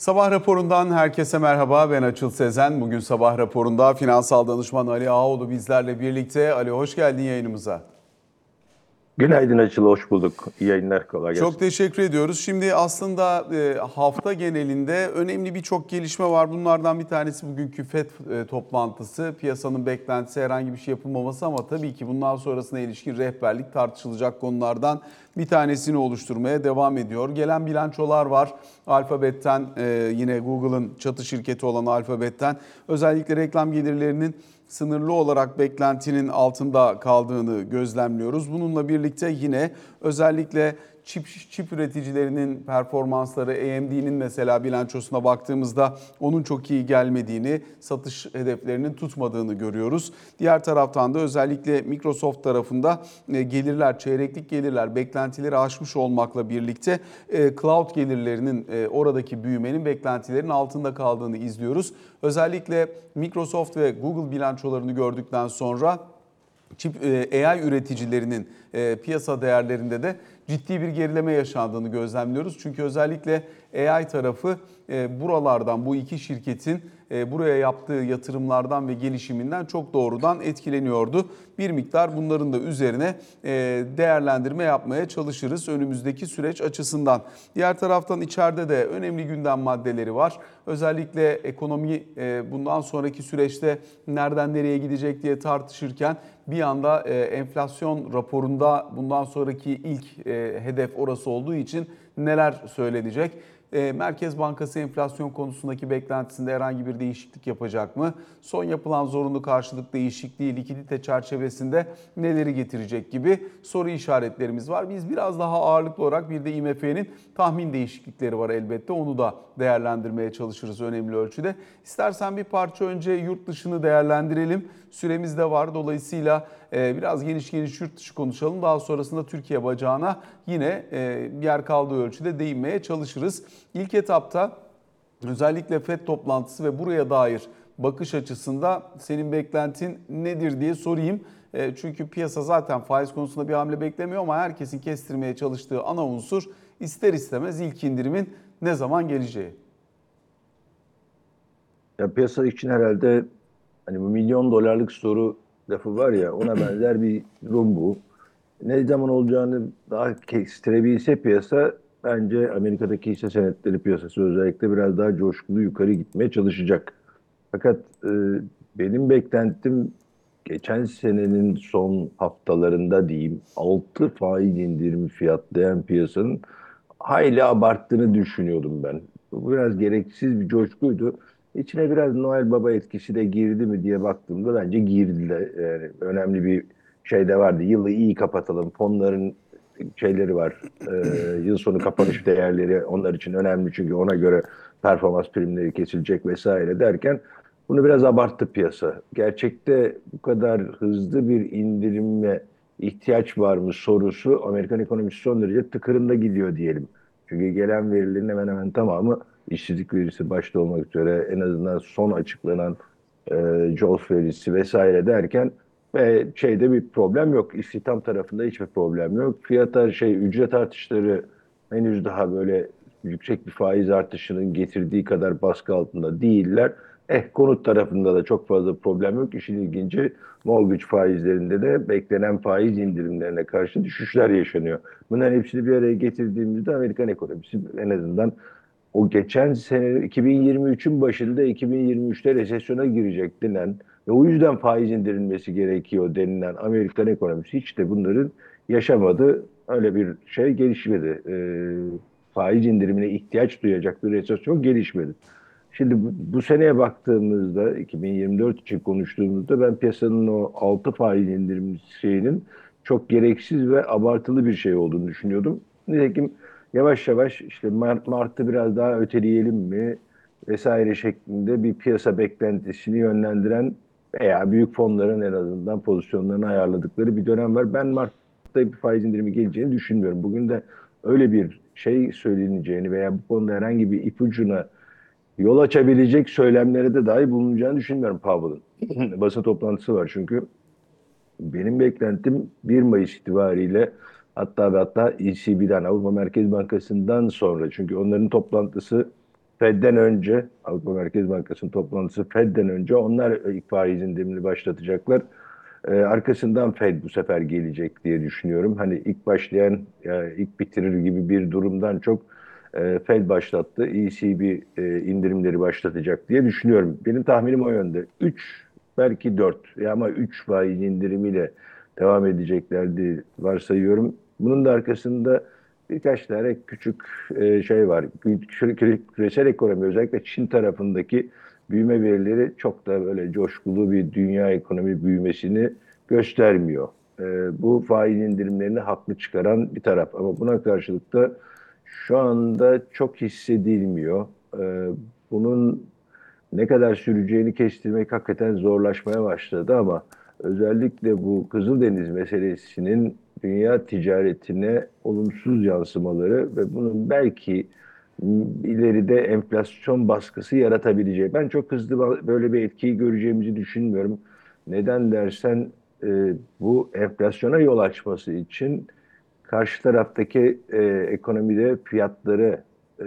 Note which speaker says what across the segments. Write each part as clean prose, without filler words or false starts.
Speaker 1: Sabah raporundan herkese merhaba. Ben Açıl Sezen. Bugün sabah raporunda finansal danışman Ali Ağaoğlu bizlerle birlikte. Ali, hoş geldin yayınımıza.
Speaker 2: Günaydın Açıl, hoş bulduk. İyi yayınlar, kolay
Speaker 1: Çok
Speaker 2: gelsin.
Speaker 1: teşekkür ediyoruz. Şimdi aslında hafta genelinde önemli birçok gelişme var. Bunlardan bir tanesi bugünkü FED toplantısı. Piyasanın beklentisi herhangi bir şey yapılmaması ama tabii ki bundan sonrasına ilişkin rehberlik tartışılacak konulardan bir tanesini oluşturmaya devam ediyor. Gelen bilançolar var. Alphabet'ten yine Google'ın çatı şirketi olan Alphabet'ten özellikle reklam gelirlerinin sınırlı olarak beklentinin altında kaldığını gözlemliyoruz. Bununla birlikte yine özellikle çip üreticilerinin performansları, AMD'nin mesela bilançosuna baktığımızda onun çok iyi gelmediğini, satış hedeflerinin tutmadığını görüyoruz. Diğer taraftan da özellikle Microsoft tarafında gelirler, çeyreklik gelirler beklentileri aşmış olmakla birlikte cloud gelirlerinin oradaki büyümenin beklentilerin altında kaldığını izliyoruz. Özellikle Microsoft ve Google bilançolarını gördükten sonra AI üreticilerinin piyasa değerlerinde de ciddi bir gerileme yaşandığını gözlemliyoruz. Çünkü özellikle AI tarafı buralardan, bu iki şirketin buraya yaptığı yatırımlardan ve gelişiminden çok doğrudan etkileniyordu. Bir miktar bunların da üzerine değerlendirme yapmaya çalışırız önümüzdeki süreç açısından. Diğer taraftan içeride de önemli gündem maddeleri var. Özellikle ekonomi bundan sonraki süreçte nereden nereye gidecek diye tartışırken bir anda enflasyon raporunda bundan sonraki ilk hedef orası olduğu için neler söylenecek? Merkez Bankası enflasyon konusundaki beklentisinde herhangi bir değişiklik yapacak mı? Son yapılan zorunlu karşılık değişikliği likidite çerçevesinde neleri getirecek gibi soru işaretlerimiz var. Biz biraz daha ağırlıklı olarak bir de IMF'nin tahmin değişiklikleri var elbette. Onu da değerlendirmeye çalışırız önemli ölçüde. İstersen bir parça önce yurt dışını değerlendirelim. Süremiz de var. Dolayısıyla biraz geniş yurt dışı konuşalım. Daha sonrasında Türkiye bacağına yine yer kaldığı ölçüde değinmeye çalışırız. İlk etapta özellikle FED toplantısı ve buraya dair bakış açısında senin beklentin nedir diye sorayım. Çünkü piyasa zaten faiz konusunda bir hamle beklemiyor ama herkesin kestirmeye çalıştığı ana unsur ister istemez ilk indirimin ne zaman geleceği.
Speaker 2: Ya piyasa için herhalde hani bu milyon dolarlık soru lafı var ya, ona benzer bir durum bu. Ne zaman olacağını daha kestirebilse piyasa, bence Amerika'daki hisse senetleri piyasası özellikle biraz daha coşkulu yukarı gitmeye çalışacak. Fakat benim beklentim geçen senenin son haftalarında diyeyim 6 faiz indirimi fiyatlayan piyasanın hayli abarttığını düşünüyordum ben. Bu biraz gereksiz bir coşkuydu. İçine biraz Noel Baba etkisi de girdi mi diye baktığımda bence girdi de. Yani önemli bir şey de vardı. Yılı iyi kapatalım. Fonların şeyleri var. Yıl sonu kapanış değerleri onlar için önemli, çünkü ona göre performans primleri kesilecek vesaire derken bunu biraz abarttı piyasa. Gerçekte bu kadar hızlı bir indirime ihtiyaç var mı sorusu Amerikan ekonomisi son derece tıkırında gidiyor diyelim. Çünkü gelen verilerin hemen hemen tamamı, işsizlik verisi başta olmak üzere, en azından son açıklanan JOLTS verisi vesaire derken ve şeyde bir problem yok. İstihdam tarafında hiçbir problem yok. Ücret artışları henüz daha böyle yüksek bir faiz artışının getirdiği kadar baskı altında değiller. Konut tarafında da çok fazla problem yok. İşin ilginci, mortgage faizlerinde de beklenen faiz indirimlerine karşı düşüşler yaşanıyor. Bunların hepsini bir araya getirdiğimizde Amerikan ekonomisi en azından o geçen sene 2023'ün başında 2023'te resesyona girecek denen ve o yüzden faiz indirilmesi gerekiyor denilen Amerikan ekonomisi hiç de bunların yaşamadı. Öyle bir şey gelişmedi. Faiz indirimine ihtiyaç duyacak bir resesyon gelişmedi. Şimdi bu seneye baktığımızda 2024 için konuştuğumuzda ben piyasanın o 6 faiz indirim şeyinin çok gereksiz ve abartılı bir şey olduğunu düşünüyordum. Nitekim yavaş yavaş işte Mart'ı biraz daha öteleyelim mi vesaire şeklinde bir piyasa beklentisini yönlendiren veya büyük fonların en azından pozisyonlarını ayarladıkları bir dönem var. Ben Mart'ta bir faiz indirimi geleceğini düşünmüyorum. Bugün de öyle bir şey söyleneceğini veya bu konuda herhangi bir ipucuna yol açabilecek söylemlere de dahi bulunacağını düşünmüyorum Powell'ın. Basın toplantısı var çünkü. Benim beklentim 1 Mayıs itibariyle, hatta ECB'den, Avrupa Merkez Bankası'ndan sonra, çünkü onların toplantısı Fed'den önce, Avrupa Merkez Bankası'nın toplantısı Fed'den önce onlar ilk faiz indirimini başlatacaklar. Arkasından Fed bu sefer gelecek diye düşünüyorum. Hani ilk başlayan, ilk bitirir gibi bir durumdan çok Fed başlattı. ECB indirimleri başlatacak diye düşünüyorum. Benim tahminim o yönde. 3 belki 4 ama 3 faiz indirimiyle devam edeceklerdi varsayıyorum. Bunun da arkasında birkaç tane küçük şey var. Küresel ekonomi özellikle Çin tarafındaki büyüme verileri çok da böyle coşkulu bir dünya ekonomi büyümesini göstermiyor. Bu faiz indirimlerini haklı çıkaran bir taraf. Ama buna karşılık da şu anda çok hissedilmiyor. Bunun ne kadar süreceğini kestirmek hakikaten zorlaşmaya başladı ama özellikle bu Kızıldeniz meselesinin dünya ticaretine olumsuz yansımaları ve bunun belki ileride enflasyon baskısı yaratabileceği. Ben çok hızlı böyle bir etkiyi göreceğimizi düşünmüyorum. Neden dersen bu enflasyona yol açması için karşı taraftaki ekonomide fiyatları e,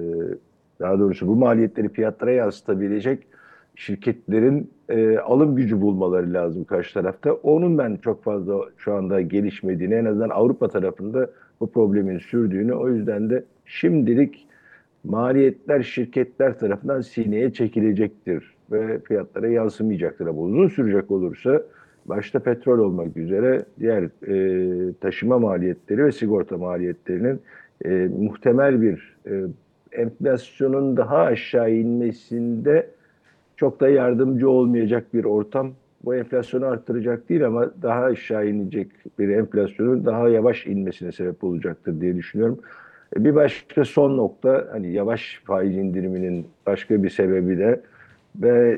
Speaker 2: daha doğrusu bu maliyetleri fiyatlara yansıtabilecek şirketlerin alım gücü bulmaları lazım karşı tarafta. Onun ben çok fazla şu anda gelişmediğini, en azından Avrupa tarafında bu problemin sürdüğünü, o yüzden de şimdilik maliyetler şirketler tarafından sineye çekilecektir ve fiyatlara yansımayacaktır. Ama uzun sürecek olursa başta petrol olmak üzere diğer taşıma maliyetleri ve sigorta maliyetlerinin muhtemel bir enflasyonun daha aşağı inmesinde çok da yardımcı olmayacak bir ortam. Bu enflasyonu arttıracak değil ama daha aşağı inecek bir enflasyonun daha yavaş inmesine sebep olacaktır diye düşünüyorum. Bir başka son nokta, hani yavaş faiz indiriminin başka bir sebebi de ve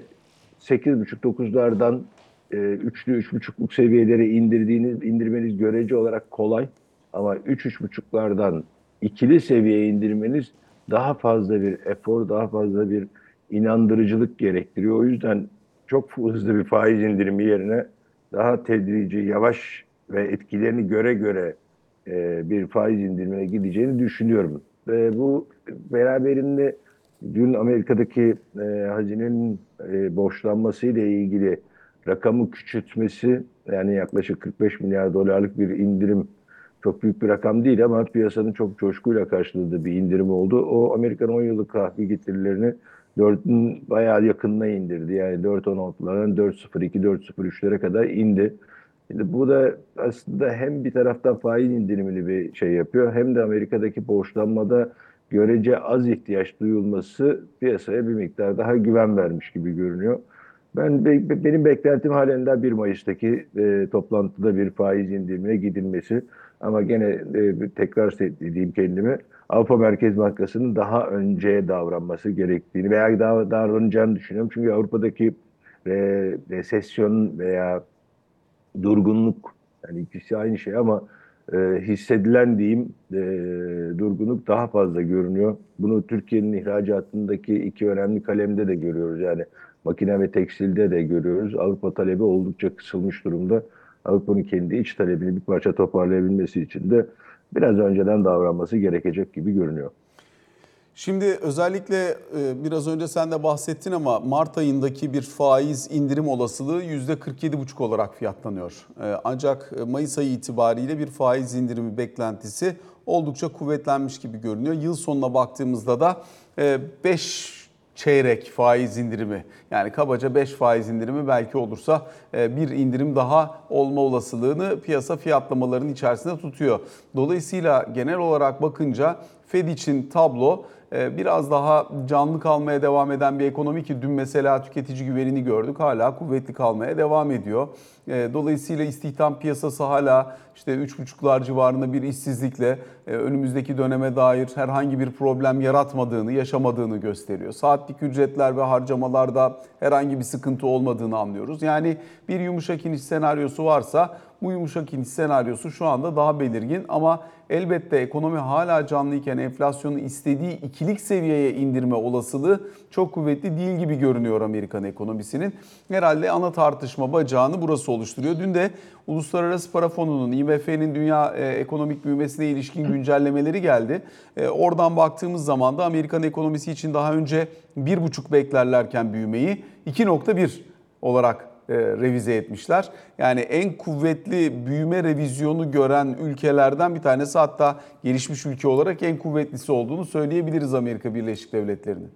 Speaker 2: 8,5-9'lardan 3'lü 3,5'luk seviyelere indirmeniz görece olarak kolay ama 3-3,5'lardan ikili seviyeye indirmeniz daha fazla bir efor, daha fazla bir inandırıcılık gerektiriyor. O yüzden çok hızlı bir faiz indirimi yerine daha tedrici, yavaş ve etkilerini göre göre bir faiz indirimine gideceğini düşünüyorum. Ve bu beraberinde dün Amerika'daki hazinenin borçlanması ile ilgili rakamı küçültmesi, yani yaklaşık 45 milyar dolarlık bir indirim, çok büyük bir rakam değil ama piyasanın çok coşkuyla karşıladığı bir indirim oldu. O Amerikan 10 yıllık tahvil getirilerini 4'ün bayağı yakınına indirdi. Yani 4.16'lardan 4.02, 4.03'lere kadar indi. Şimdi bu da aslında hem bir taraftan faiz indirimini bir şey yapıyor, hem de Amerika'daki borçlanmada görece az ihtiyaç duyulması piyasaya bir miktar daha güven vermiş gibi görünüyor. Benim beklentim halen daha 1 Mayıs'taki toplantıda bir faiz indirimine gidilmesi. Ama gene tekrar dediğim kendimi, Avrupa Merkez Bankası'nın daha önce davranması gerektiğini veya daha davranacağını düşünüyorum. Çünkü Avrupa'daki resesyon veya durgunluk, yani ikisi aynı şey ama hissedilen diyeyim durgunluk daha fazla görünüyor. Bunu Türkiye'nin ihracatındaki iki önemli kalemde de görüyoruz. Yani makine ve tekstilde de görüyoruz. Avrupa talebi oldukça kısılmış durumda. Avrupa'nın kendi iç talebini bir parça toparlayabilmesi için de biraz önceden davranması gerekecek gibi görünüyor.
Speaker 1: Şimdi özellikle biraz önce sen de bahsettin ama Mart ayındaki bir faiz indirim olasılığı %47,5 olarak fiyatlanıyor. Ancak Mayıs ayı itibariyle bir faiz indirimi beklentisi oldukça kuvvetlenmiş gibi görünüyor. Yıl sonuna baktığımızda da 5 çeyrek faiz indirimi, yani kabaca 5 faiz indirimi belki olursa bir indirim daha olma olasılığını piyasa fiyatlamalarının içerisinde tutuyor. Dolayısıyla genel olarak bakınca Fed için tablo biraz daha canlı kalmaya devam eden bir ekonomi ki dün mesela tüketici güvenini gördük, hala kuvvetli kalmaya devam ediyor. Dolayısıyla istihdam piyasası hala işte 3,5'lar civarında bir işsizlikle önümüzdeki döneme dair herhangi bir problem yaratmadığını, yaşamadığını gösteriyor. Saatlik ücretler ve harcamalarda herhangi bir sıkıntı olmadığını anlıyoruz. Yani bir yumuşak iniş senaryosu varsa bu yumuşak iniş senaryosu şu anda daha belirgin. Ama elbette ekonomi hala canlıyken enflasyonu istediği ikilik seviyeye indirme olasılığı çok kuvvetli değil gibi görünüyor Amerikan ekonomisinin. Herhalde ana tartışma bacağını burası oluşturuyor. Dün de Uluslararası Para Fonu'nun, IMF'nin dünya ekonomik büyümesine ilişkin güncellemeleri geldi. Oradan baktığımız zaman da Amerikan ekonomisi için daha önce 1,5 beklerlerken büyümeyi 2,1 olarak revize etmişler. Yani en kuvvetli büyüme revizyonu gören ülkelerden bir tanesi, hatta gelişmiş ülke olarak en kuvvetlisi olduğunu söyleyebiliriz Amerika Birleşik Devletleri'nin.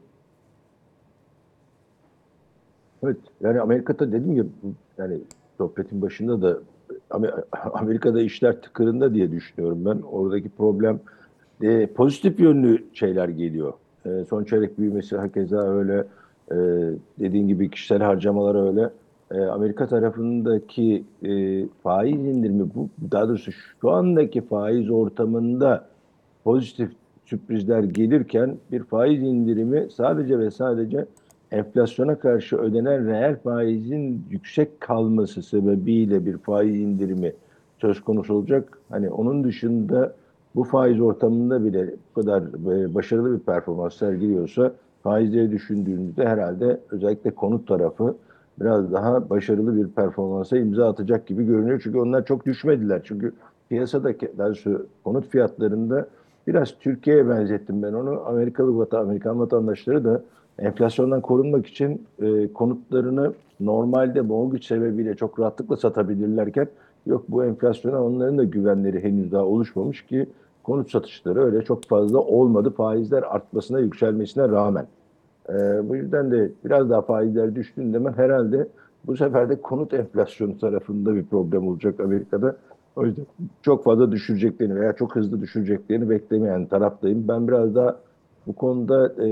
Speaker 2: Evet, yani Amerika'da dediğim gibi yani sohbetin başında da Amerika'da işler tıkırında diye düşünüyorum ben. Oradaki problem pozitif yönlü şeyler geliyor. Son çeyrek büyümesi hakeza öyle. E, Dediğin gibi kişisel harcamalar öyle. Amerika tarafındaki faiz indirimi daha doğrusu şu andaki faiz ortamında pozitif sürprizler gelirken bir faiz indirimi sadece ve sadece enflasyona karşı ödenen reel faizin yüksek kalması sebebiyle bir faiz indirimi söz konusu olacak. Hani onun dışında bu faiz ortamında bile bu kadar başarılı bir performans sergiliyorsa faizleri düşündüğümüzde herhalde özellikle konut tarafı biraz daha başarılı bir performansa imza atacak gibi görünüyor. Çünkü onlar çok düşmediler. Çünkü piyasadaki daha doğrusu konut fiyatlarında biraz Türkiye'ye benzettim ben onu. Amerikan vatandaşları da enflasyondan korunmak için konutlarını normalde mortgage sebebiyle çok rahatlıkla satabilirlerken yok bu enflasyona onların da güvenleri henüz daha oluşmamış ki konut satışları öyle çok fazla olmadı faizler artmasına yükselmesine rağmen. Bu yüzden de biraz daha faizler düştüğünde hemen herhalde bu sefer de konut enflasyonu tarafında bir problem olacak Amerika'da. O yüzden çok fazla düşüreceklerini veya çok hızlı düşüreceklerini beklemeyen taraftayım. Ben biraz daha bu konuda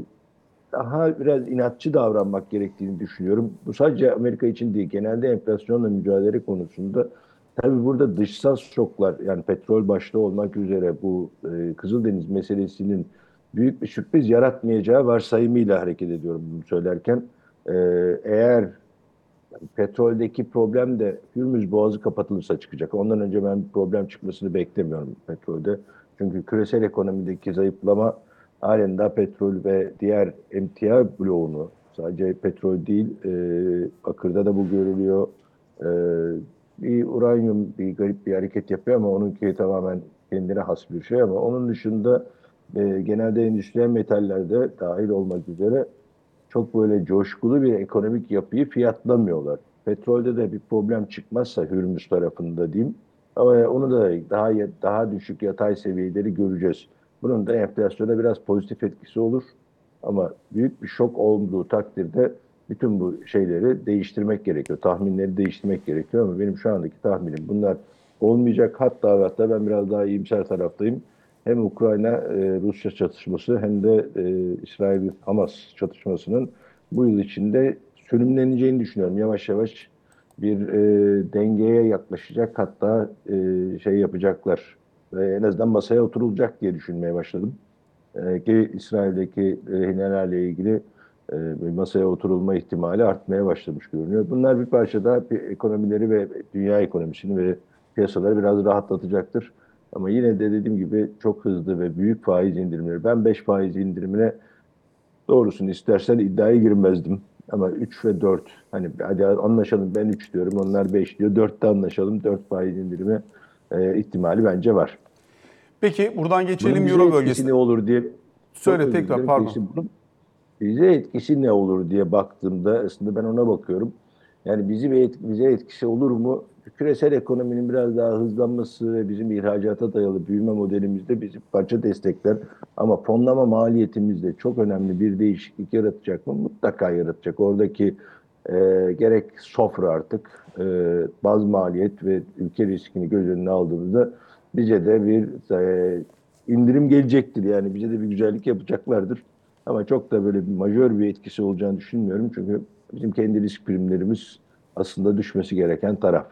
Speaker 2: daha biraz inatçı davranmak gerektiğini düşünüyorum. Bu sadece Amerika için değil, genelde enflasyonla mücadele konusunda tabii burada dışsal şoklar yani petrol başta olmak üzere bu Kızıldeniz meselesinin büyük bir sürpriz yaratmayacağı varsayımıyla hareket ediyorum bunu söylerken. E, Eğer petroldeki problem de Hürmüz Boğazı kapatılırsa çıkacak. Ondan önce ben bir problem çıkmasını beklemiyorum petrolde. Çünkü küresel ekonomideki zayıflama halen daha petrol ve diğer emtia bloğunu sadece petrol değil bakırda da bu görülüyor. E, Bir uranyum bir garip bir hareket yapıyor ama onunki tamamen kendine has bir şey ama onun dışında genelde endüstriyel metallerde dahil olmak üzere çok böyle coşkulu bir ekonomik yapıyı fiyatlamıyorlar. Petrolde de bir problem çıkmazsa Hürmüz tarafında diyeyim. Ama onu da daha düşük yatay seviyeleri göreceğiz. Bunun da enflasyona biraz pozitif etkisi olur. Ama büyük bir şok olduğu takdirde bütün bu şeyleri değiştirmek gerekiyor. Tahminleri değiştirmek gerekiyor ama benim şu andaki tahminim bunlar olmayacak. Hatta ben biraz daha iyimser taraftayım. Hem Ukrayna-Rusya çatışması hem de İsrail-Hamas çatışmasının bu yıl içinde sönümleneceğini düşünüyorum. Yavaş yavaş bir dengeye yaklaşacak hatta şey yapacaklar ve en azından masaya oturulacak diye düşünmeye başladım. Ki İsrail'deki rehinelerle ilgili bir masaya oturulma ihtimali artmaya başlamış görünüyor. Bunlar bir parça daha bir ekonomileri ve dünya ekonomisini ve piyasaları biraz rahatlatacaktır. Ama yine de dediğim gibi çok hızlı ve büyük faiz indirimleri. Ben 5 faiz indirimine doğrusunu istersen iddiaya girmezdim. Ama 3 ve 4 hani hadi anlaşalım ben 3 diyorum onlar 5 diyor. 4'te anlaşalım 4 faiz indirimi ihtimali bence var.
Speaker 1: Peki buradan
Speaker 2: Bunun
Speaker 1: geçelim
Speaker 2: bize
Speaker 1: Euro
Speaker 2: etkisi ne
Speaker 1: bölgesine.
Speaker 2: olur diye çok
Speaker 1: Söyle
Speaker 2: özür
Speaker 1: tekrar,
Speaker 2: dilerim.
Speaker 1: pardon.
Speaker 2: Bunun bize etkisi ne olur diye baktığımda aslında ben ona bakıyorum. Yani bize etkisi olur mu? Küresel ekonominin biraz daha hızlanması ve bizim ihracata dayalı büyüme modelimizde bizi parça destekler. Ama fonlama maliyetimizde çok önemli bir değişiklik yaratacak mı? Mutlaka yaratacak. Oradaki e, gerek sofra artık baz maliyet ve ülke riskini göz önüne aldığımızda bize de bir indirim gelecektir. Yani bize de bir güzellik yapacaklardır. Ama çok da böyle bir majör bir etkisi olacağını düşünmüyorum. Çünkü bizim kendi risk primlerimiz aslında düşmesi gereken taraf.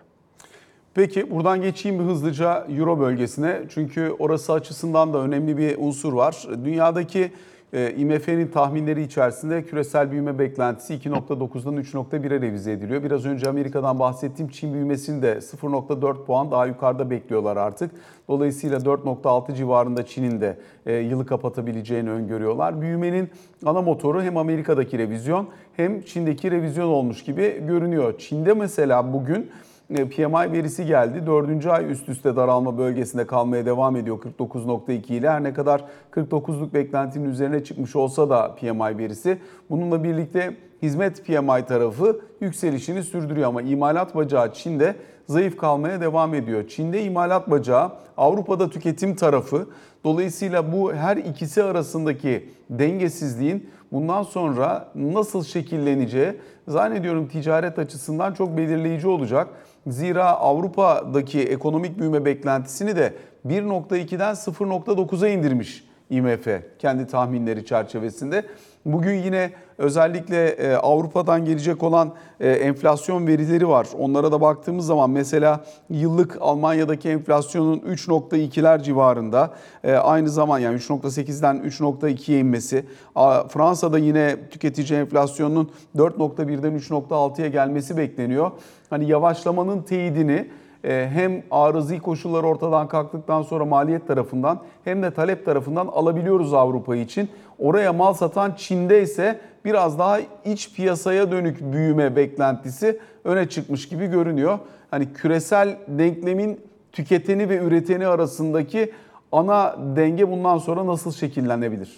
Speaker 1: Peki buradan geçeyim bir hızlıca Euro bölgesine. Çünkü orası açısından da önemli bir unsur var. Dünyadaki IMF'nin tahminleri içerisinde küresel büyüme beklentisi 2.9'dan 3.1'e revize ediliyor. Biraz önce Amerika'dan bahsettiğim Çin büyümesini de 0.4 puan daha yukarıda bekliyorlar artık. Dolayısıyla 4.6 civarında Çin'in de yılı kapatabileceğini öngörüyorlar. Büyümenin ana motoru hem Amerika'daki revizyon hem Çin'deki revizyon olmuş gibi görünüyor. Çin'de mesela bugün PMI verisi geldi. 4. ay üst üste daralma bölgesinde kalmaya devam ediyor 49.2 ile. Her ne kadar 49'luk beklentinin üzerine çıkmış olsa da PMI verisi. Bununla birlikte hizmet PMI tarafı yükselişini sürdürüyor ama imalat bacağı Çin'de zayıf kalmaya devam ediyor. Çin'de imalat bacağı, Avrupa'da tüketim tarafı. Dolayısıyla bu her ikisi arasındaki dengesizliğin bundan sonra nasıl şekilleneceği zannediyorum ticaret açısından çok belirleyici olacak. Zira Avrupa'daki ekonomik büyüme beklentisini de 1.2'den 0.9'a indirmiş IMF kendi tahminleri çerçevesinde. Bugün yine özellikle Avrupa'dan gelecek olan enflasyon verileri var. Onlara da baktığımız zaman mesela yıllık Almanya'daki enflasyonun 3.2'ler civarında. Aynı zaman yani 3.8'den 3.2'ye inmesi. Fransa'da yine tüketici enflasyonunun 4.1'den 3.6'ya gelmesi bekleniyor. Hani yavaşlamanın teyidini hem arızi koşullar ortadan kalktıktan sonra maliyet tarafından hem de talep tarafından alabiliyoruz Avrupa için. Oraya mal satan Çin'de ise biraz daha iç piyasaya dönük büyüme beklentisi öne çıkmış gibi görünüyor. Hani küresel denklemin tüketeni ve üreteni arasındaki ana denge bundan sonra nasıl şekillenebilir?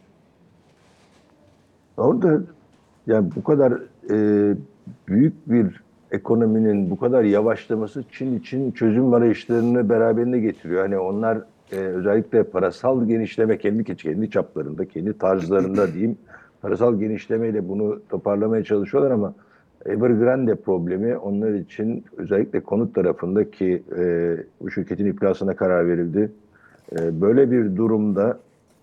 Speaker 2: Orada yani bu kadar büyük bir ekonominin bu kadar yavaşlaması Çin için çözüm arayışlarını beraberinde getiriyor. Hani onlar özellikle parasal genişleme kendi çaplarında, kendi tarzlarında diyeyim, parasal genişlemeyle bunu toparlamaya çalışıyorlar ama Evergrande problemi onlar için özellikle konut tarafındaki bu şirketin iflasına karar verildi. Böyle bir durumda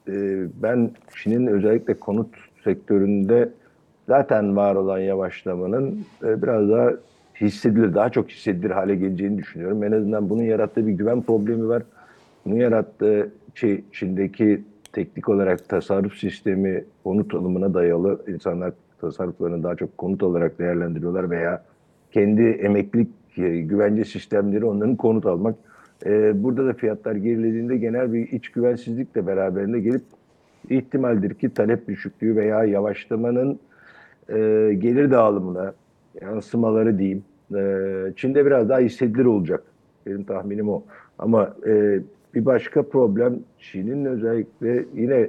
Speaker 2: ben Çin'in özellikle konut sektöründe zaten var olan yavaşlamanın biraz daha daha çok hissedilir hale geleceğini düşünüyorum. En azından bunun yarattığı bir güven problemi var. Bunun yarattığı Çin'deki teknik olarak tasarruf sistemi konut alımına dayalı. İnsanlar tasarruflarını daha çok konut olarak değerlendiriyorlar veya kendi emeklilik güvence sistemleri onların konut almak. Burada da fiyatlar gerilediğinde genel bir iç güvensizlik de beraberinde gelip ihtimaldir ki talep düşüklüğü veya yavaşlamanın e, gelir dağılımına yansımaları diyeyim. Çin'de biraz daha hissedilir olacak. Benim tahminim o. Ama bir başka problem Çin'in özellikle yine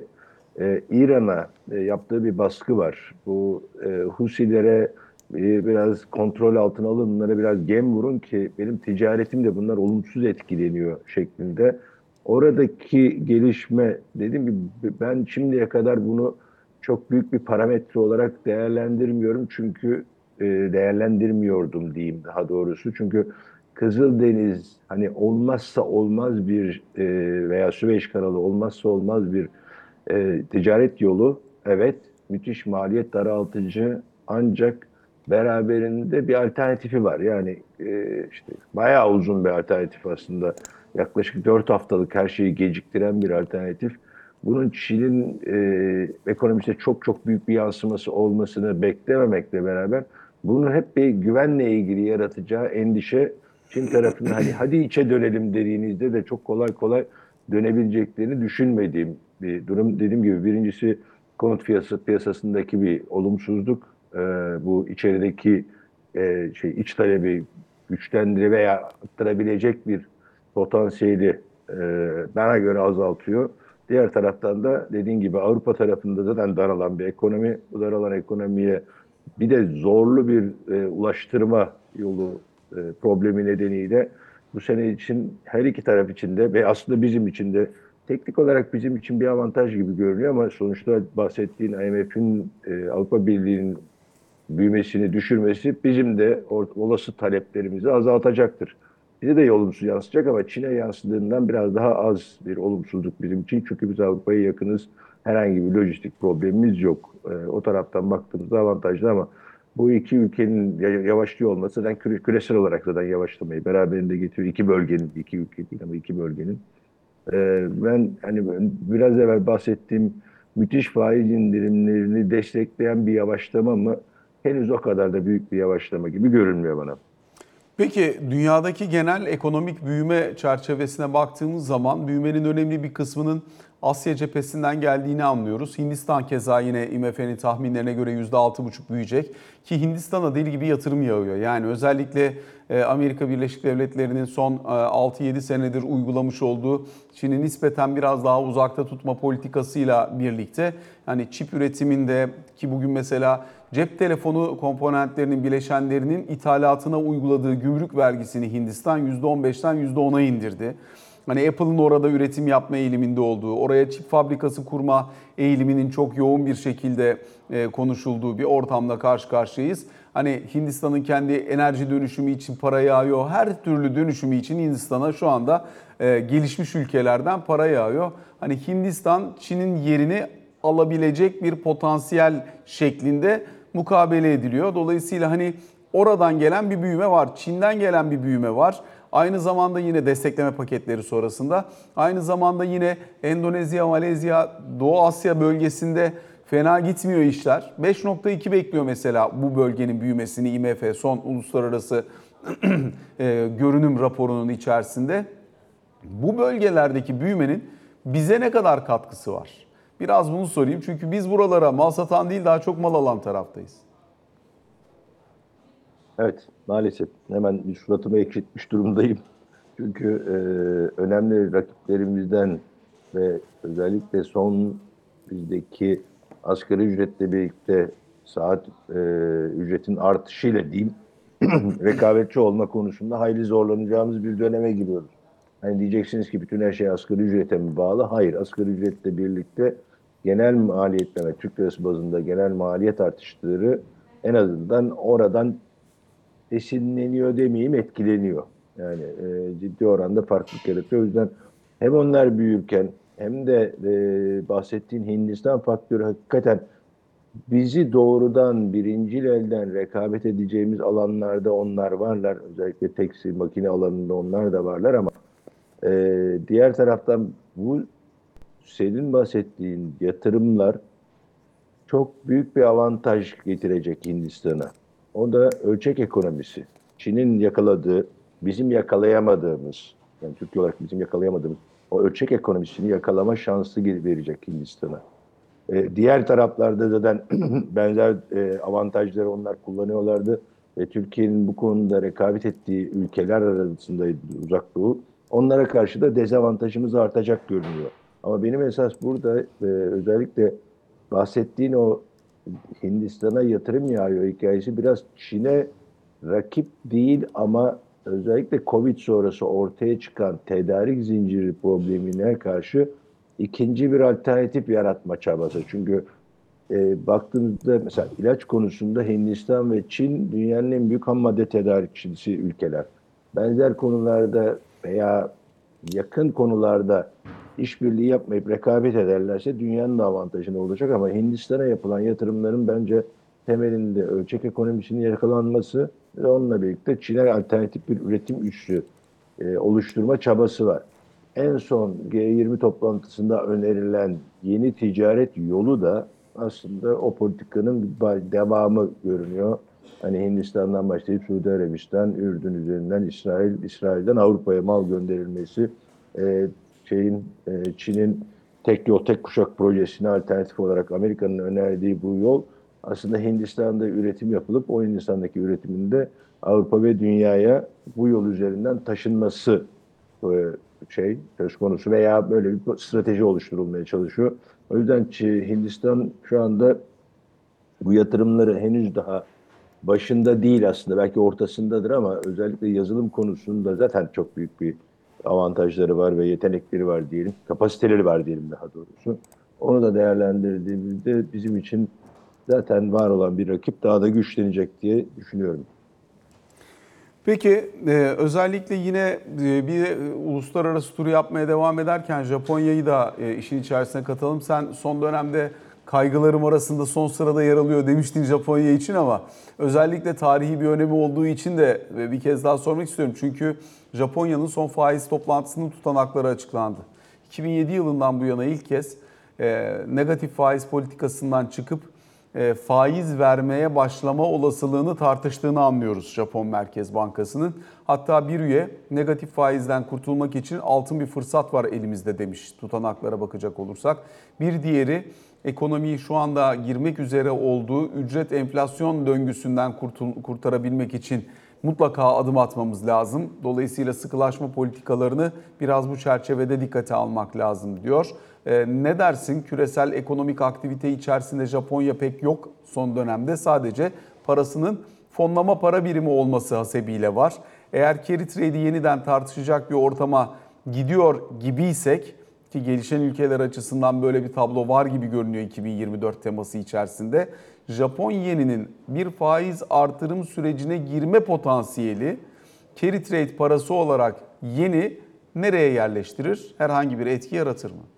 Speaker 2: İran'a yaptığı bir baskı var. Bu Husilere biraz kontrol altına alın, bunlara biraz gem vurun ki benim ticaretim de bunlar olumsuz etkileniyor şeklinde. Oradaki gelişme dediğim gibi ben şimdiye kadar bunu çok büyük bir parametre olarak değerlendirmiyorum. Çünkü değerlendirmiyordum diyeyim daha doğrusu. Çünkü Kızıldeniz hani olmazsa olmaz bir veya Süveyş kanalı olmazsa olmaz bir ticaret yolu. Evet, müthiş maliyet daraltıcı ancak beraberinde bir alternatifi var. Yani işte bayağı uzun bir alternatif aslında. Yaklaşık 4 haftalık her şeyi geciktiren bir alternatif. Bunun Çin'in ekonomisine çok çok büyük bir yansıması olmasını beklememekle beraber bunun hep bir güvenle ilgili yaratacağı endişe Çin tarafından hadi içe dönelim dediğinizde de çok kolay kolay dönebileceklerini düşünmediğim bir durum. Dediğim gibi birincisi konut piyasasındaki bir olumsuzluk. Bu içerideki iç talebi güçlendirir veya arttırabilecek bir potansiyeli bana göre azaltıyor. Diğer taraftan da dediğin gibi Avrupa tarafında zaten daralan bir ekonomi. Bu daralan ekonomiye bir de zorlu bir ulaştırma yolu problemi nedeniyle bu sene için her iki taraf için de ve aslında bizim için de teknik olarak bizim için bir avantaj gibi görünüyor ama sonuçta bahsettiğin IMF'in Avrupa Birliği'nin büyümesini düşürmesi bizim de olası taleplerimizi azaltacaktır. Bize de olumsuz yansıyacak ama Çin'e yansıdığından biraz daha az bir olumsuzluk bizim için. Çünkü biz Avrupa'ya yakınız. Herhangi bir lojistik problemimiz yok. O taraftan baktığımızda avantajlı ama bu iki ülkenin yavaşlıyor olması zaten küresel olarak zaten yavaşlamayı beraberinde getiriyor. İki bölgenin, iki ülke değil ama iki bölgenin. Ben hani biraz evvel bahsettiğim müthiş faiz indirimlerini destekleyen bir yavaşlama mı? Henüz o kadar da büyük bir yavaşlama gibi görünmüyor bana.
Speaker 1: Peki dünyadaki genel ekonomik büyüme çerçevesine baktığımız zaman büyümenin önemli bir kısmının Asya cephesinden geldiğini anlıyoruz. Hindistan keza yine IMF'nin tahminlerine göre %6,5 büyüyecek ki Hindistan'a deli gibi yatırım yağıyor. Yani özellikle Amerika Birleşik Devletleri'nin son 6-7 senedir uygulamış olduğu Çin'i nispeten biraz daha uzakta tutma politikasıyla birlikte hani çip üretiminde ki bugün mesela cep telefonu komponentlerinin bileşenlerinin ithalatına uyguladığı gümrük vergisini Hindistan %15'ten %10'a indirdi. Hani Apple'ın orada üretim yapma eğiliminde olduğu, oraya çip fabrikası kurma eğiliminin çok yoğun bir şekilde konuşulduğu bir ortamda karşı karşıyayız. Hani Hindistan'ın kendi enerji dönüşümü için para yağıyor. Her türlü dönüşümü için Hindistan'a şu anda gelişmiş ülkelerden para yağıyor. Hani Hindistan Çin'in yerini alabilecek bir potansiyel şeklinde mukabele ediliyor. Dolayısıyla hani oradan gelen bir büyüme var. Çin'den gelen bir büyüme var. Aynı zamanda yine destekleme paketleri sonrasında. Aynı zamanda yine Endonezya, Malezya, Doğu Asya bölgesinde fena gitmiyor işler. 5,2 bekliyor mesela bu bölgenin büyümesini IMF son uluslararası görünüm raporunun içerisinde. Bu bölgelerdeki büyümenin bize ne kadar katkısı var? Biraz bunu sorayım çünkü biz buralara mal satan değil daha çok mal alan taraftayız.
Speaker 2: Evet, maalesef hemen bir suratıma ekşitmiş durumdayım. Çünkü önemli rakiplerimizden ve özellikle son bizdeki asgari ücretle birlikte saat ücretin artışıyla diyeyim rekabetçi olma konusunda hayli zorlanacağımız bir döneme giriyoruz. Hani diyeceksiniz ki bütün her şey asgari ücrete mi bağlı? Hayır, asgari ücretle birlikte genel maliyetleme, Türk lirası bazında genel maliyet artışları en azından oradan esinleniyor demeyeyim, etkileniyor. Yani ciddi oranda farklılık yaratıyor. O yüzden hem onlar büyürken hem de bahsettiğin Hindistan faktörü hakikaten bizi doğrudan birincil elden rekabet edeceğimiz alanlarda onlar varlar. Özellikle tekstil, makine alanında onlar da varlar ama diğer taraftan bu senin bahsettiğin yatırımlar çok büyük bir avantaj getirecek Hindistan'a. O da ölçek ekonomisi. Çin'in yakaladığı, bizim yakalayamadığımız, yani Türkiye olarak bizim yakalayamadığımız o ölçek ekonomisini yakalama şansı verecek Hindistan'a. Diğer taraflarda zaten benzer avantajları onlar kullanıyorlardı. Ve Türkiye'nin bu konuda rekabet ettiği ülkeler arasındaydı Uzak Doğu. Onlara karşı da dezavantajımız artacak görünüyor. Ama benim esas burada özellikle bahsettiğin o Hindistan'a yatırım yağıyor hikayesi biraz Çin'e rakip değil ama özellikle Covid sonrası ortaya çıkan tedarik zinciri problemine karşı ikinci bir alternatif yaratma çabası. Çünkü baktığımızda mesela ilaç konusunda Hindistan ve Çin dünyanın en büyük ham madde tedarikçisi ülkeler. Benzer konularda veya yakın konularda işbirliği yapmayıp rekabet ederlerse dünyanın da avantajına olacak ama Hindistan'a yapılan yatırımların bence temelinde ölçek ekonomisinin yakalanması ve onunla birlikte Çin'e alternatif bir üretim üssü oluşturma çabası var. En son G20 toplantısında önerilen yeni ticaret yolu da aslında o politikanın bir devamı görünüyor. Hani Hindistan'dan başlayıp Suudi Arabistan, Ürdün üzerinden İsrail, İsrail'den Avrupa'ya mal gönderilmesi, Çin'in tek yol tek kuşak projesine alternatif olarak Amerika'nın önerdiği bu yol aslında Hindistan'da üretim yapılıp o Hindistan'daki üretiminde Avrupa ve dünyaya bu yol üzerinden taşınması e, söz konusu veya böyle bir strateji oluşturulmaya çalışıyor. O yüzden Hindistan şu anda bu yatırımları henüz daha başında değil aslında. Belki ortasındadır ama özellikle yazılım konusunda zaten çok büyük bir avantajları var ve yetenekleri var diyelim. Kapasiteleri var diyelim daha doğrusu. Onu da değerlendirdiğimizde bizim için zaten var olan bir rakip daha da güçlenecek diye düşünüyorum.
Speaker 1: Peki özellikle yine bir uluslararası turu yapmaya devam ederken Japonya'yı da işin içerisine katalım. Sen son dönemde kaygılarım arasında son sırada yer alıyor demiştin Japonya için ama özellikle tarihi bir önemi olduğu için de bir kez daha sormak istiyorum. Çünkü Japonya'nın son faiz toplantısının tutanakları açıklandı. 2007 yılından bu yana ilk kez negatif faiz politikasından çıkıp faiz vermeye başlama olasılığını tartıştığını anlıyoruz Japon Merkez Bankası'nın. Hatta bir üye negatif faizden kurtulmak için altın bir fırsat var elimizde demiş tutanaklara bakacak olursak. Bir diğeri ekonomiyi şu anda girmek üzere olduğu ücret enflasyon döngüsünden kurtarabilmek için mutlaka adım atmamız lazım. Dolayısıyla sıkılaşma politikalarını biraz bu çerçevede dikkate almak lazım diyor. Ne dersin? Küresel ekonomik aktivite içerisinde Japonya pek yok son dönemde. Sadece parasının fonlama para birimi olması hasebiyle var. Eğer carry trade'i yeniden tartışacak bir ortama gidiyor gibiysek, ki gelişen ülkeler açısından böyle bir tablo var gibi görünüyor 2024 teması içerisinde, Japon yeninin bir faiz artırım sürecine girme potansiyeli carry trade parası olarak yeni nereye yerleştirir? Herhangi bir etki yaratır mı?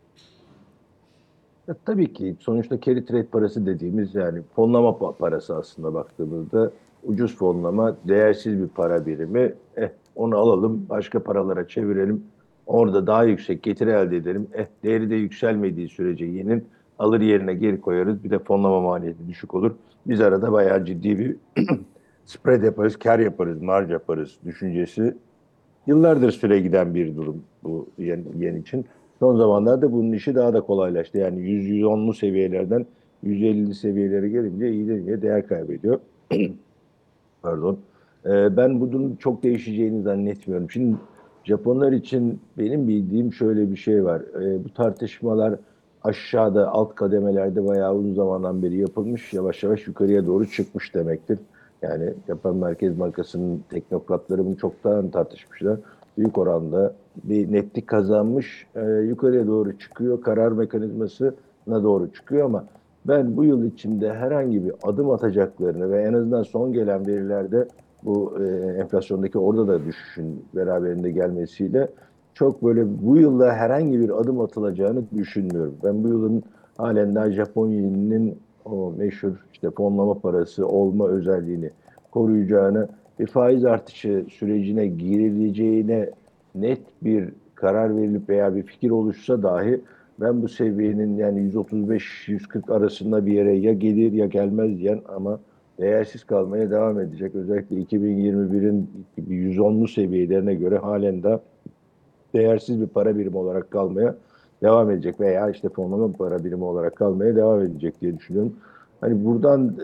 Speaker 2: Tabii ki sonuçta carry trade parası dediğimiz yani fonlama parası aslında baktığımızda ucuz fonlama, değersiz bir para birimi. Onu alalım, başka paralara çevirelim. Orada daha yüksek getiri elde edelim. Değeri de yükselmediği sürece yenin alır yerine geri koyarız. Bir de fonlama maliyeti düşük olur. Biz arada bayağı ciddi bir spread yaparız, kar yaparız, marj yaparız düşüncesi. Yıllardır süre giden bir durum bu yen için. Son zamanlarda bunun işi daha da kolaylaştı. Yani 100-110'lu seviyelerden 150'li seviyelere gelince iyice değer kaybediyor. Pardon. Ben bunun çok değişeceğini zannetmiyorum. Şimdi Japonlar için benim bildiğim şöyle bir şey var. Bu tartışmalar aşağıda alt kademelerde bayağı uzun zamandan beri yapılmış. Yavaş yavaş yukarıya doğru çıkmış demektir. Yani Japon Merkez Bankası'nın teknokratları bunu çoktan tartışmışlar. Büyük oranda bir netlik kazanmış. Yukarıya doğru çıkıyor. Karar mekanizmasına doğru çıkıyor ama ben bu yıl içinde herhangi bir adım atacaklarını ve en azından son gelen verilerde bu enflasyondaki orada da düşüşün beraberinde gelmesiyle çok böyle bu yılda herhangi bir adım atılacağını düşünmüyorum. Ben bu yılın halen daha Japonya'nın o meşhur işte fonlama parası olma özelliğini koruyacağını, bir faiz artışı sürecine girileceğine net bir karar verilip veya bir fikir oluşsa dahi ben bu seviyenin yani 135-140 arasında bir yere ya gelir ya gelmez diyen ama değersiz kalmaya devam edecek. Özellikle 2021'in 110'lu seviyelerine göre halen de değersiz bir para birimi olarak kalmaya devam edecek veya işte fonlama para birimi olarak kalmaya devam edecek diye düşünüyorum. Hani buradan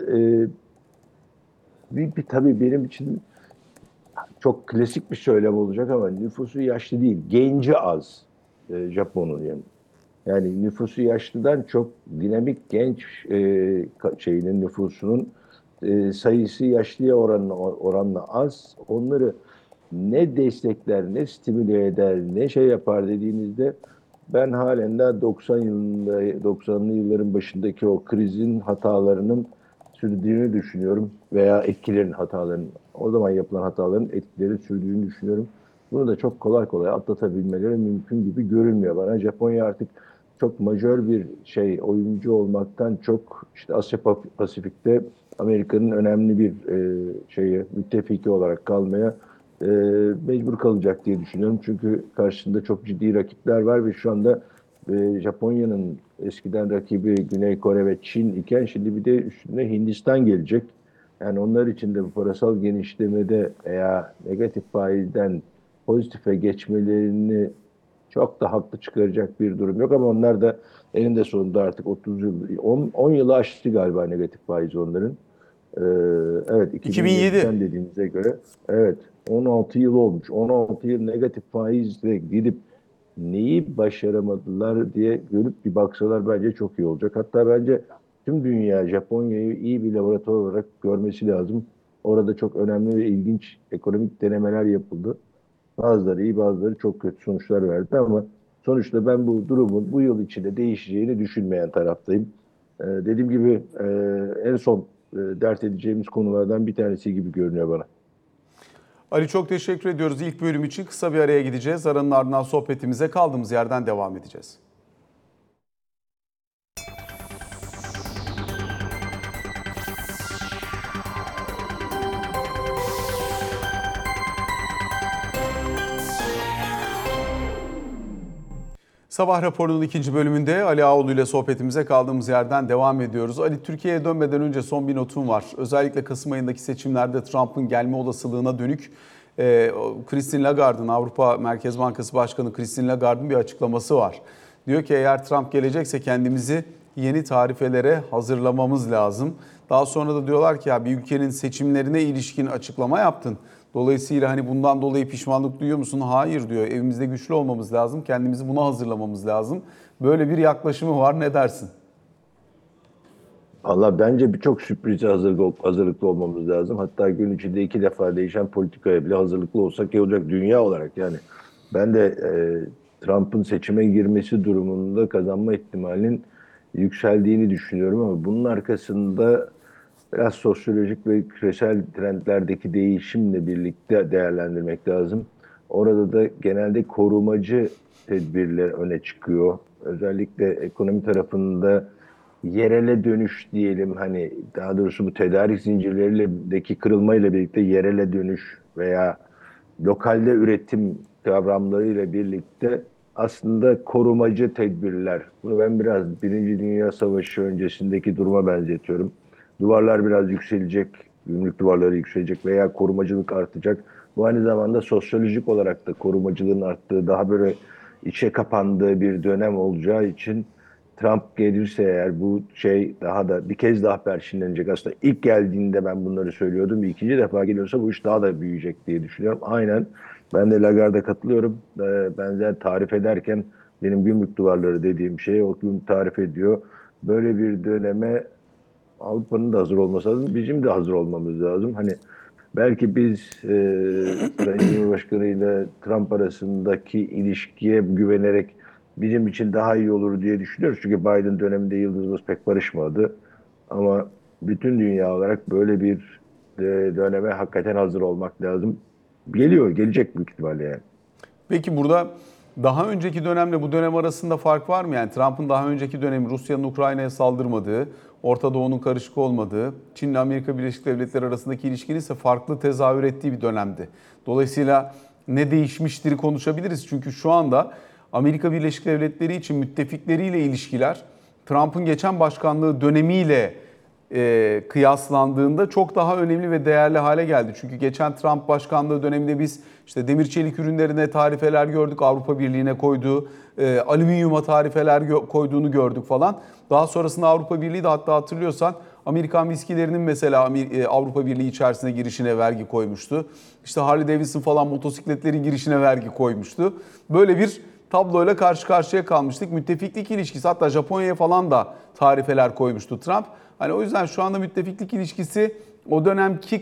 Speaker 2: tabii benim için çok klasik bir söylem olacak ama nüfusu yaşlı değil, genci az Japon'un yani. Yani nüfusu yaşlıdan çok dinamik genç şeyinin nüfusunun sayısı yaşlıya oranla az. Onları ne destekler, ne stimüle eder, ne şey yapar dediğinizde ben halen de 90'lı yılların başındaki o krizin hatalarının sürdüğünü düşünüyorum veya o zaman yapılan hataların etkileri sürdüğünü düşünüyorum. Bunu da çok kolay kolay atlatabilmeleri mümkün gibi görünmüyor bana. Japonya artık çok majör bir oyuncu olmaktan çok işte Asya Pasifik'te Amerika'nın önemli bir müttefiki olarak kalmaya e, mecbur kalacak diye düşünüyorum. Çünkü karşısında çok ciddi rakipler var ve şu anda Japonya'nın eskiden rakibi Güney Kore ve Çin iken şimdi bir de üstüne Hindistan gelecek. Yani onlar için de bu parasal genişlemede veya negatif faizden pozitife geçmelerini çok da haklı çıkaracak bir durum yok ama onlar da eninde sonunda artık 30 yıl, 10 yılı aştı galiba negatif faiz onların. Ee, evet
Speaker 1: 2007.
Speaker 2: 2007'den dediğimize göre evet 16 yıl olmuş. 16 yıl negatif faizle gidip neyi başaramadılar diye görüp bir baksalar bence çok iyi olacak. Hatta bence tüm dünya Japonya'yı iyi bir laboratuvar olarak görmesi lazım. Orada çok önemli ve ilginç ekonomik denemeler yapıldı. Bazıları iyi, bazıları çok kötü sonuçlar verdi ama sonuçta ben bu durumun bu yıl içinde değişeceğini düşünmeyen taraftayım. Dediğim gibi en son dert edeceğimiz konulardan bir tanesi gibi görünüyor bana.
Speaker 1: Ali, çok teşekkür ediyoruz. İlk bölüm için kısa bir araya gideceğiz. Aranın ardından sohbetimize kaldığımız yerden devam edeceğiz. Sabah raporunun ikinci bölümünde Ali Ağoğlu ile sohbetimize kaldığımız yerden devam ediyoruz. Ali, Türkiye'ye dönmeden önce son bir notum var. Özellikle Kasım ayındaki seçimlerde Trump'ın gelme olasılığına dönük Christine Lagarde'ın, Avrupa Merkez Bankası Başkanı Christine Lagarde'ın bir açıklaması var. Diyor ki eğer Trump gelecekse kendimizi yeni tarifelere hazırlamamız lazım. Daha sonra da diyorlar ki ya bir ülkenin seçimlerine ilişkin açıklama yaptın. Dolayısıyla hani bundan dolayı pişmanlık duyuyor musun? Hayır diyor. Evimizde güçlü olmamız lazım. Kendimizi buna hazırlamamız lazım. Böyle bir yaklaşımı var. Ne dersin?
Speaker 2: Valla bence birçok sürprize hazırlıklı olmamız lazım. Hatta gün içinde 2 defa değişen politikaya bile hazırlıklı olsak iyi olacak dünya olarak yani. Ben de Trump'ın seçime girmesi durumunda kazanma ihtimalinin yükseldiğini düşünüyorum ama bunun arkasında biraz sosyolojik ve küresel trendlerdeki değişimle birlikte değerlendirmek lazım. Orada da genelde korumacı tedbirler öne çıkıyor. Özellikle ekonomi tarafında yerele dönüş diyelim, hani daha doğrusu bu tedarik zincirlerindeki kırılmayla birlikte yerele dönüş veya lokalde üretim kavramlarıyla birlikte aslında korumacı tedbirler. Bunu ben biraz Birinci Dünya Savaşı öncesindeki duruma benzetiyorum. Duvarlar biraz yükselecek, gümrük duvarları yükselecek veya korumacılık artacak. Bu aynı zamanda sosyolojik olarak da korumacılığın arttığı, daha böyle içe kapandığı bir dönem olacağı için Trump gelirse eğer bu şey daha da bir kez daha perçinlenecek. Aslında ilk geldiğinde ben bunları söylüyordum. İkinci defa geliyorsa bu iş daha da büyüyecek diye düşünüyorum. Aynen. Ben de Lagarde'a katılıyorum. Benzer tarif ederken benim gümrük duvarları dediğim şeyi o gün tarif ediyor. Böyle bir döneme Avrupa'nın da hazır olması lazım. Bizim de hazır olmamız lazım. Hani belki biz Sayın Cumhurbaşkanı ile Trump arasındaki ilişkiye güvenerek bizim için daha iyi olur diye düşünüyoruz. Çünkü Biden döneminde yıldızımız pek barışmadı. Ama bütün dünya olarak böyle bir döneme hakikaten hazır olmak lazım. Geliyor, gelecek büyük ihtimalle yani.
Speaker 1: Peki burada daha önceki dönemle bu dönem arasında fark var mı? Yani Trump'ın daha önceki dönemi Rusya'nın Ukrayna'ya saldırmadığı, Orta Doğu'nun karışık olmadığı, Çin ile Amerika Birleşik Devletleri arasındaki ilişkinin ise farklı tezahür ettiği bir dönemdi. Dolayısıyla ne değişmiştir konuşabiliriz. Çünkü şu anda Amerika Birleşik Devletleri için müttefikleriyle ilişkiler Trump'ın geçen başkanlığı dönemiyle kıyaslandığında çok daha önemli ve değerli hale geldi. Çünkü geçen Trump başkanlığı döneminde biz işte demir çelik ürünlerine tarifeler gördük, Avrupa Birliği'ne koyduğu, alüminyuma tarifeler koyduğunu gördük falan. Daha sonrasında Avrupa Birliği de hatta hatırlıyorsan Amerikan viskilerinin mesela Avrupa Birliği içerisine girişine vergi koymuştu. İşte Harley Davidson falan motosikletlerin girişine vergi koymuştu. Böyle bir tabloyla karşı karşıya kalmıştık. Müttefiklik ilişkisi, hatta Japonya'ya falan da tarifeler koymuştu Trump. Hani o yüzden şu anda müttefiklik ilişkisi o dönemki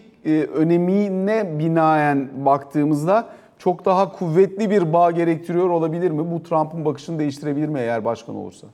Speaker 1: önemine binaen baktığımızda çok daha kuvvetli bir bağ gerektiriyor olabilir mi? Bu Trump'ın bakışını değiştirebilir mi eğer başkan olursa?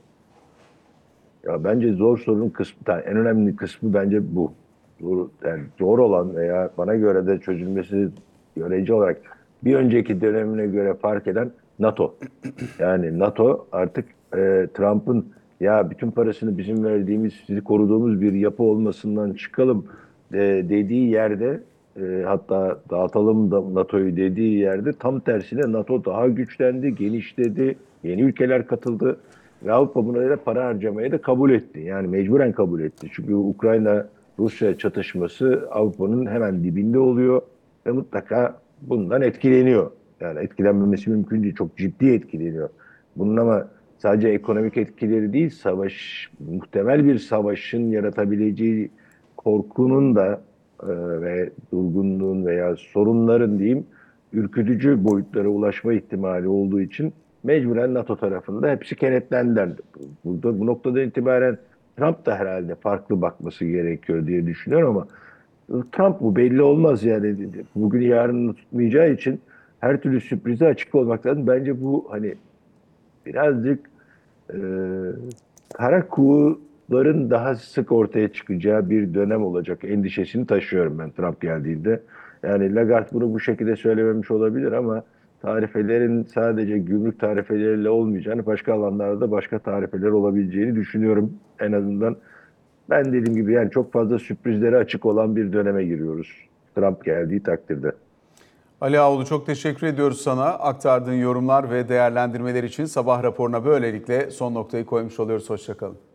Speaker 2: Ya bence zor sorunun kısmı, yani en önemli kısmı bence bu. Zor, yani zor olan veya bana göre de çözülmesi görece olarak bir önceki dönemine göre fark eden NATO. Yani NATO artık Trump'ın ya bütün parasını bizim verdiğimiz, sizi koruduğumuz bir yapı olmasından çıkalım dediği yerde, hatta dağıtalım da NATO'yu dediği yerde tam tersine NATO daha güçlendi, genişledi, yeni ülkeler katıldı ve Avrupa buna da para harcamayı da kabul etti. Yani mecburen kabul etti. Çünkü Ukrayna-Rusya çatışması Avrupa'nın hemen dibinde oluyor ve mutlaka bundan etkileniyor. Yani etkilenmemesi mümkün değil. Çok ciddi etkileniyor. Bunun ama sadece ekonomik etkileri değil, muhtemel bir savaşın yaratabileceği korkunun da ve durgunluğun veya sorunların diyeyim ürkütücü boyutlara ulaşma ihtimali olduğu için mecburen NATO tarafında hepsi kenetlendiler. Burada bu noktada itibaren Trump da herhalde farklı bakması gerekiyor diye düşünüyorum ama Trump bu belli olmaz yani bugün yarını tutmayacağı için her türlü sürprize açık olmak lazım. Bence bu hani birazcık e, kara kuğuların daha sık ortaya çıkacağı bir dönem olacak endişesini taşıyorum ben Trump geldiğinde. Yani Lagarde bunu bu şekilde söylememiş olabilir ama tarifelerin sadece gümrük tarifeleriyle olmayacağını, başka alanlarda başka tarifeler olabileceğini düşünüyorum. En azından ben dediğim gibi yani çok fazla sürprizlere açık olan bir döneme giriyoruz. Trump geldiği takdirde.
Speaker 1: Ali Ağoğlu, çok teşekkür ediyoruz sana. Aktardığın yorumlar ve değerlendirmeler için. Sabah raporuna böylelikle son noktayı koymuş oluyoruz. Hoşça kalın.